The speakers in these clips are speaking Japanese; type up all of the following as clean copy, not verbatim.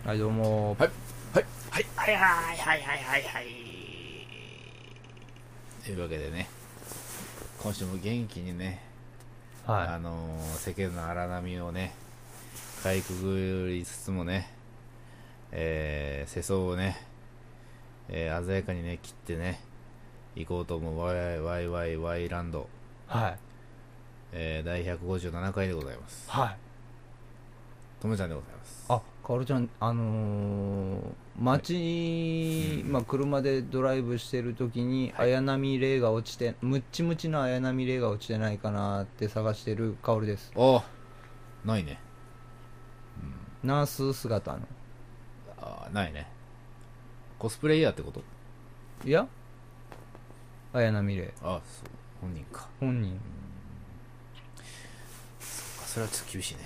はいどうもはいはいはいはいはいはいはいはい。というわけでね、今週も元気にね、 は世間の荒波をねかいくぐりつつもね、世相をね、鮮やかにね切ってね行こうと思うワイワイワイランド、 はい第157回でございます。 はいともちゃんでございます。 あ、かおるちゃん街に、車でドライブしてる時に、綾波レイが落ちてムッチムチの綾波レイが落ちてないかなって探してるかおるです。 あ、ないね。 ナース姿の、 ないね。コスプレイヤーってこと？ いや綾波レイそう、本人か。 本人。 それはちょっと厳しいね。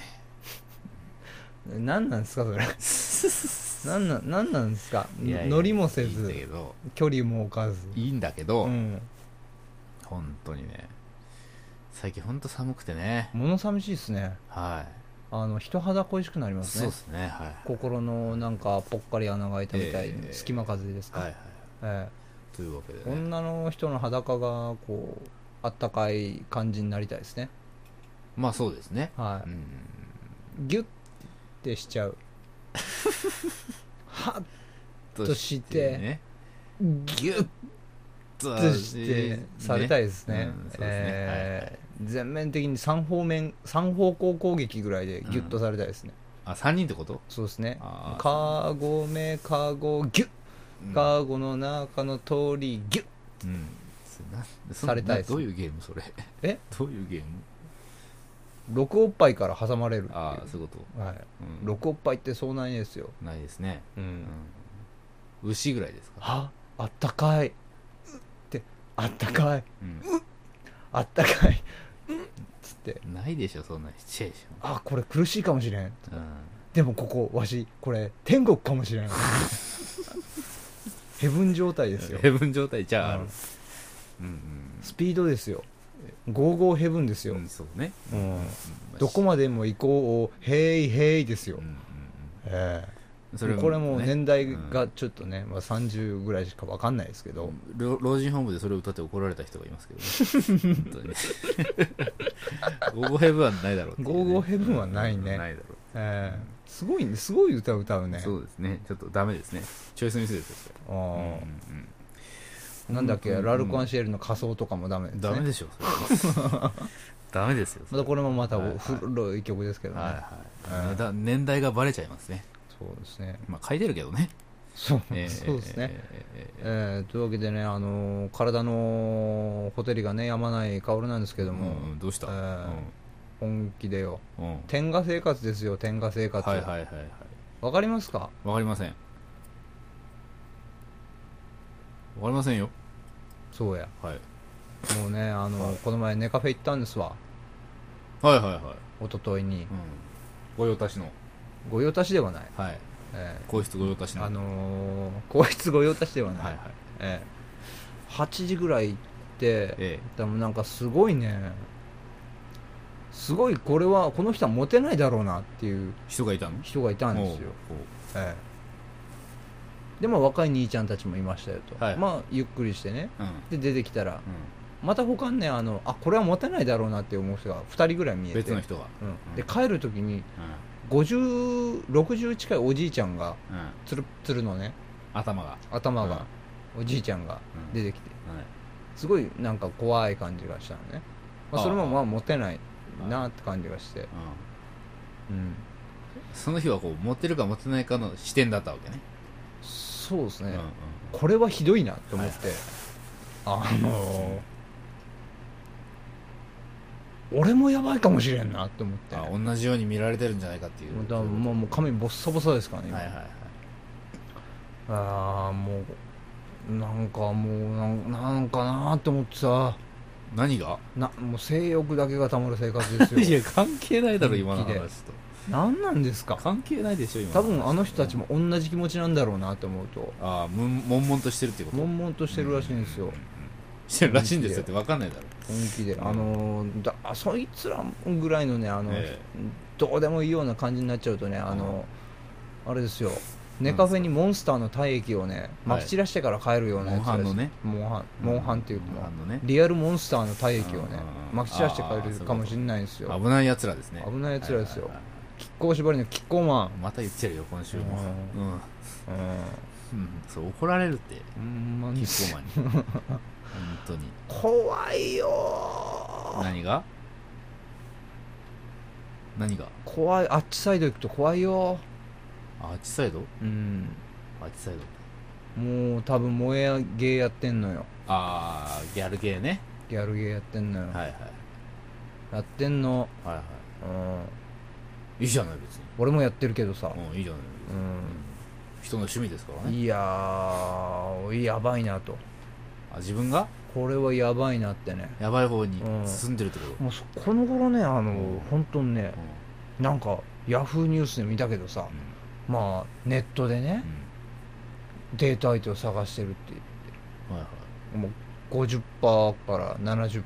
何なんですかそれなんなんですか。 いやいや乗りもせいいんだずけど距離も置かず。 いいんだけど、 うん本当にね、最近本当寒くてね。 物寂しいっすね。 は人肌恋しくなりい。 ますね。 そうですね。はい。 心のなんかぽっかり穴が開いたみたいに、隙間風ですか、 はいはい。 えというわけでえ、 ね。 女の人の裸がこうあったかい感じになりたいですね。 まあそうですね。 はうん。 い、ギュッてしちゃうはっとしてね、 ギュッととしてされたいですね。 そうですね。 全面的に3方向攻撃ぐらいでギュッとされたいですね。 3人ってこと？ そうですね。 あーカゴメカゴギュッ、カーゴの中の通りギュッされたいです。 どういうゲームそれ？どういうゲーム 6おっぱいから挟まれるっていう。 そういうこと？ はい、6おっぱいってそうなんですよ。 ないですね。 うん牛ぐらいですか？ はあったかいってあったかいうん、 あったかいつってないでしょそんなシチュエーシこれ苦しいかもしれん。 ョン。 でもここわしこれ天国かもしれんヘブン状態ですよ。 ヘブン状態じゃある。 スピードですよ。ゴーゴーヘブンですよ。 そうね。 どこまでも行こうヘイヘイですよ。 それこれも年代がちょっとね、30ぐらいしか分かんないですけど、 老人ホームでそれを歌って怒られた人がいますけどね。本当にゴーゴーヘブンはないだろうっていうね。 ゴーゴーヘブンはないね。 ないだろう。 すごい歌歌うね。 そうですね。ちょっとダメですね。チョイスミスですよ。 なんだっけ、ラルク・アンシエルの仮装とかもダメですね。 ダメでしょダメですよ。 またこれもまた古い曲ですけどね。 年代がバレちゃいますね。 そうですね。 書いてるけどね。 そうですね。というわけでね、体のほてりがねやまない薫なんですけども、 どうした？ 本気でよ。天下生活ですよ。天下生活。わかりますか？ わかりません。わかりませんよ。 そうや。 はい。 もうね、この前ネカフェ行ったんですわ。 一昨日に。 御用達の。 御用達ではない。 はい。皇室御用達の。 皇室御用達ではない。8時ぐらい行って、でもなんかすごいね、すごいこの人はモテないだろうなっていう人がいたんですよ。 でも若い兄ちゃんたちもいましたよと、ゆっくりしてね、で出てきたら、また他にねこれはモテないだろうなって思う人が2人ぐらい見えて、 別の人が、 で帰る時に、5060近いおじいちゃんが、つるつるのね頭が、おじいちゃんが出てきて、すごいなんか怖い感じがしたのね。それもモテないなって感じがして、 その日はこうモテるかモテないかの視点だったわけね。 そうですね、これはひどいなと思って、俺もやばいかもしれんなって思って、 同じように見られてるんじゃないかっていう。 もう髪ボッサボサですからね今。もうなんかなって思ってさ。 何が？ もう性欲だけがたまる生活ですよ。 いや関係ないだろ今の話と。 何なんですか？ 関係ないでしょ今。 多分あの人たちも同じ気持ちなんだろうなって思うと、 悶々としてるってこと？ 悶々としてるらしいんですよ。 してるらしいんですよって分かんないだろ。 本気で、そいつらぐらいのねどうでもいいような感じになっちゃうとね、 あれですよ、ネカフェにモンスターの体液をねまき散らしてから帰るようなやつです。 モンハンのね、 モンハンっていうかモンハンのね、 リアルモンスターの体液をねまき散らして帰るかもしれないんですよ。 危ないやつらですね。 危ないやつらですよ。亀甲縛りのキッコーマン。 また言ってるよ今週も。 うんそう怒られるってほんまにキッコーマンに本当に怖いよー。 何が怖い。あっちサイド行くと怖いよ。 あっちサイド、 うんあっちサイド、 もう多分萌えゲーやってんのよ。 ああギャルゲーね。 ギャルゲーやってんのよ、 はいはいやってんの。 はいはうんい、いいじゃない別に。 俺もやってるけどさ、 いいじゃない別に、人の趣味ですからね。 いやーやばいなと。 自分がこれはやばいなってね。 やばい方に進んでるってこと、 もうこの頃ねん本当にね、なんかヤフーニュースで見たけどさ、まあネットでね、デート相手を探してるって言って、 はいはい、 もう50%から70%、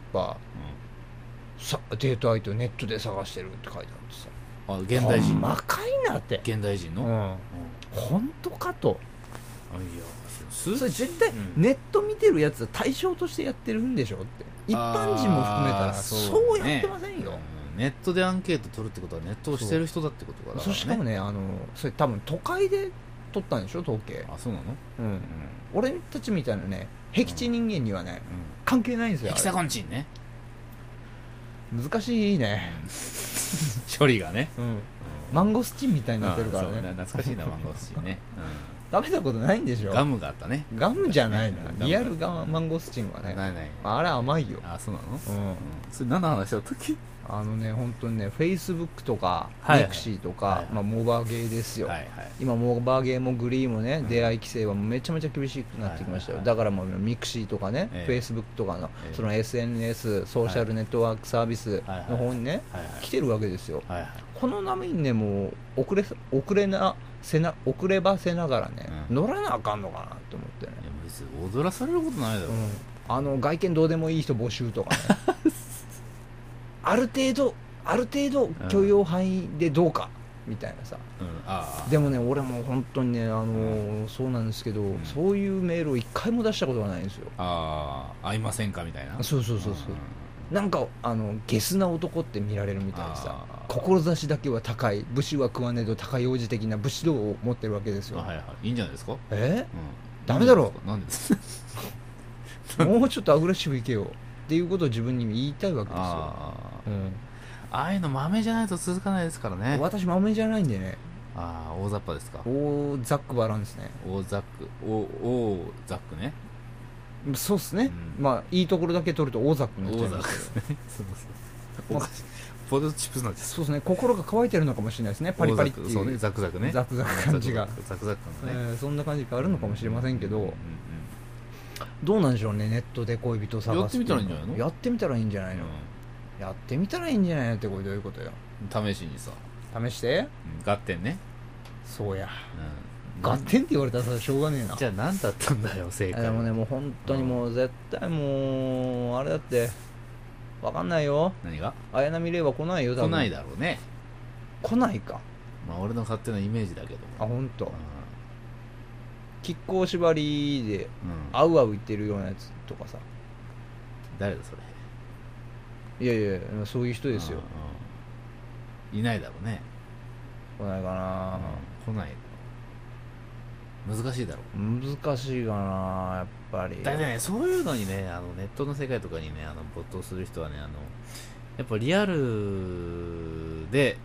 デート相手をネットで探してるって書いてあるんですさ。 現代人細かいなって。 現代人の、 本当かと。 いやそれ絶対ネット見てるやつは対象としてやってるんでしょって。一般人も含めたらそうやってませんよ。 ネットでアンケート取るってことはネットをしてる人だってことだからね。 しかもねそれ多分都会で取ったんでしょ統計。 そうなの。 俺たちみたいなね僻地人間にはね、関係ないんですよ。 ヘキサゴンチンね。 難しいね処理がね、 マンゴスチンみたいになってるからね。 懐かしいなマンゴスチンね。 食べたことないんでしょ。 ガムがあったね。 ガムじゃないな、リアルマンゴスチンはね。 ないあれ甘いよ。 そうなの。それ何の話だったっけ。 本当にね、フェイスブックとかミクシーとか、モバゲーですよ。今モバゲーもグリーもね、出会い規制はめちゃめちゃ厳しくなってきましたよ。だからもうミクシーとかね、フェイスブックとかのその SNS ソーシャルネットワークサービスの方にね来てるわけですよ。この波にねもう遅ればせながらね乗らなあかんのかなと思ってね。 別に踊らされることないだろ。 外見どうでもいい人募集とかねある程度許容範囲でどうかみたいなさ、でもね俺も本当にねそうなんですけど、そういうメールを一回も出したことがないんですよ。 会いませんかみたいな。 そうなんかゲスな男って見られるみたいでさ、志だけは高い、武士は食わねえと高い王子的な武士道を持ってるわけですよ。 いいんじゃないですか。 ダメだろ。 なんでですもうちょっとアグレッシブいけよっていうことを自分に言いたいわけですよ。 ああいうの豆じゃないと続かないですからね。 私豆じゃないんでね。 大雑把ですか。 大ザックバランですね。 大ザックね。 そうっすね、まあいいところだけ取ると大ザックになっちゃいますけど。 ポテトチップスなんてそうですね。心が乾いてるのかもしれないですね。パリパリっていう。 そうね、ザクザクね。 ザクザク感じが。 ザクザク感ね。 そんな感じがあるのかもしれませんけど、どうなんでしょうね。ネットで恋人を探す。 やってみたらいいんじゃないの。 やってみたらいいんじゃないの。やってみたらいいんじゃないのってこれどういうことよ。 試しにさ。 試して。 合点ね。 そうや。合点って言われたらさしょうがねえな。 じゃあ何だったんだよ正解。 でもねもう本当にもう絶対もうあれだって分かんないよ。 何が。 綾波レイは来ないよ多分。 来ないだろうね。 来ないか。 俺の勝手なイメージだけど。 本当。亀甲縛りであうあう言ってるようなやつとかさ。 誰だそれ。いやそういう人ですよ。 いないだろうね。 来ないかな。 来ない。難しいだろう。 難しいかなやっぱり。 だってねそういうのにねネットの世界とかにね没頭する人はねやっぱリアルで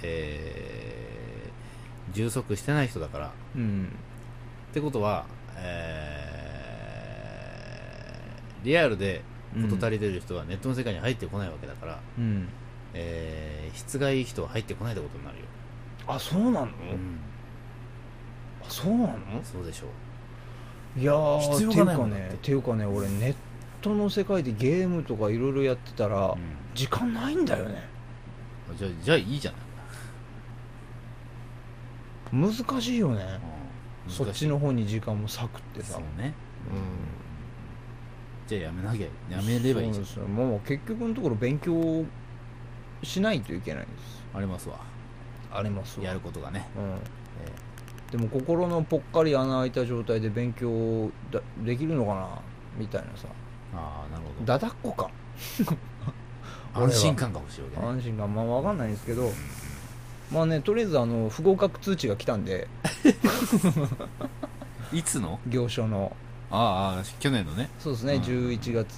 充足してない人だから。ってことはリアルで事足りてる人はネットの世界に入ってこないわけだから、質がいい人は入ってこないってことになるよ。 そうなの。そうなの。 そうでしょう。いやーっていうかね俺ネットの世界でゲームとかいろいろやってたら、時間ないんだよね。 じゃあいいじゃない。難しいよね。そっちの方に時間も割くってさ。 そうね。じゃあやめればいいじゃん。 そうもう結局のところ勉強しないといけないんです。 ありますわ。 ありますわ。 やることがね。 でも心のぽっかり穴開いた状態で勉強できるのかなみたいなさ。 ああ、なるほど。 だだっこか安心感が欲しいわけね。 安心感、まあ分かんないんですけど、まあね、とりあえず不合格通知が来たんでいつの行書の。 ああ、去年のね。 そうですね、11月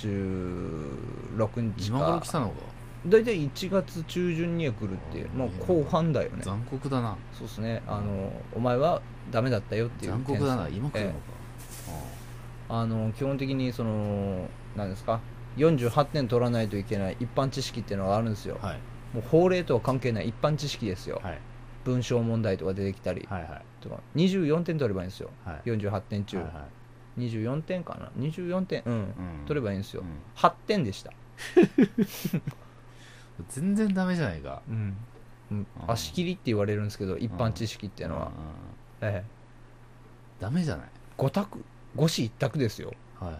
16日か。 今頃来たのか。 だいたい1月中旬には来るっていう、もう後半だよね。 残酷だな。 そうですね、お前はダメだったよっていう残酷だな。今来るのか。 基本的に何ですか、48点取らないといけない一般知識っていうのがあるんですよ。 はい。 もう法令とは関係ない一般知識ですよ。 はい。 文章問題とか出てきたり、 はいはい。 とか24点取ればいいんですよ。 はい。 48点中、 はいはい、 24点かな、24点、取ればいいんですよ。8点でした。 全然ダメじゃないか。 足切りって言われるんですけど、一般知識っていうのは、 ダメじゃない。 5択、5子1択ですよ。 はい、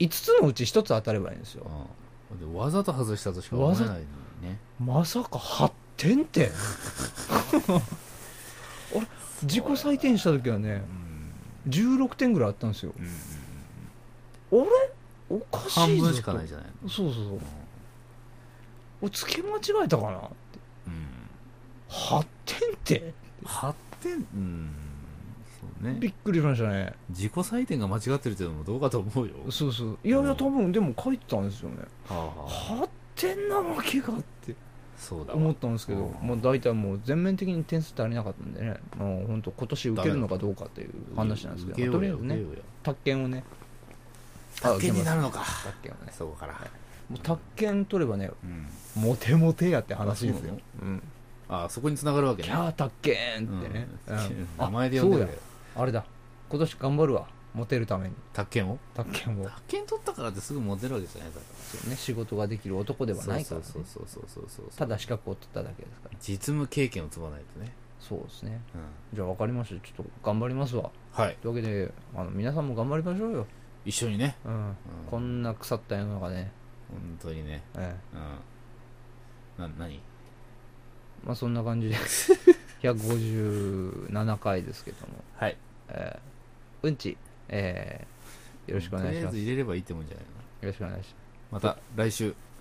5つのうち1つ当たればいいんですよ。 でわざと外したとしか思えないのにね。 まさか8点ってあれ、自己採点した時はね、16点ぐらいあったんですよ。あれおかしいぞと。 半分しかないじゃないの。 そうそうそう、俺付け間違えたかなって、8点って 8点、そうね、 びっくりしましたね。 自己採点が間違ってるっていうのもどうかと思うよ。 そうそう、いやいや多分でも書いてたんですよね。8点なわけがってそうだ思ったんですけど、もう大体もう全面的に点数足りなかったんでね、もう本当今年受けるのかどうかっていう話なんですけど、とりあえずね、宅建をね、 宅建になるのか。 宅建をね、 そこから、 もう宅建取ればね、モテモテやって話ですよ。 あ、そこに繋がるわけね。 キャー宅建ってね、 名前で呼んでる。 あれだ、今年頑張るわ、モテるために。 宅建を宅建を。 宅建取ったからってすぐモテるわけじゃないだから。 そうね、仕事ができる男ではないからね。 そう。 ただ資格を取っただけですから。 実務経験を積まないとね。 そうですね。じゃあ分かりました。ちょっと頑張りますわ。 はい。 というわけで、皆さんも頑張りましょうよ。 一緒にね。 こんな腐った世の中ね。 本当にね。何？まあそんな感じで157回ですけども。 はい。 うんち、よろしくお願いします。 とりあえず入れればいいってもんじゃないの。 よろしくお願いします。 また来週。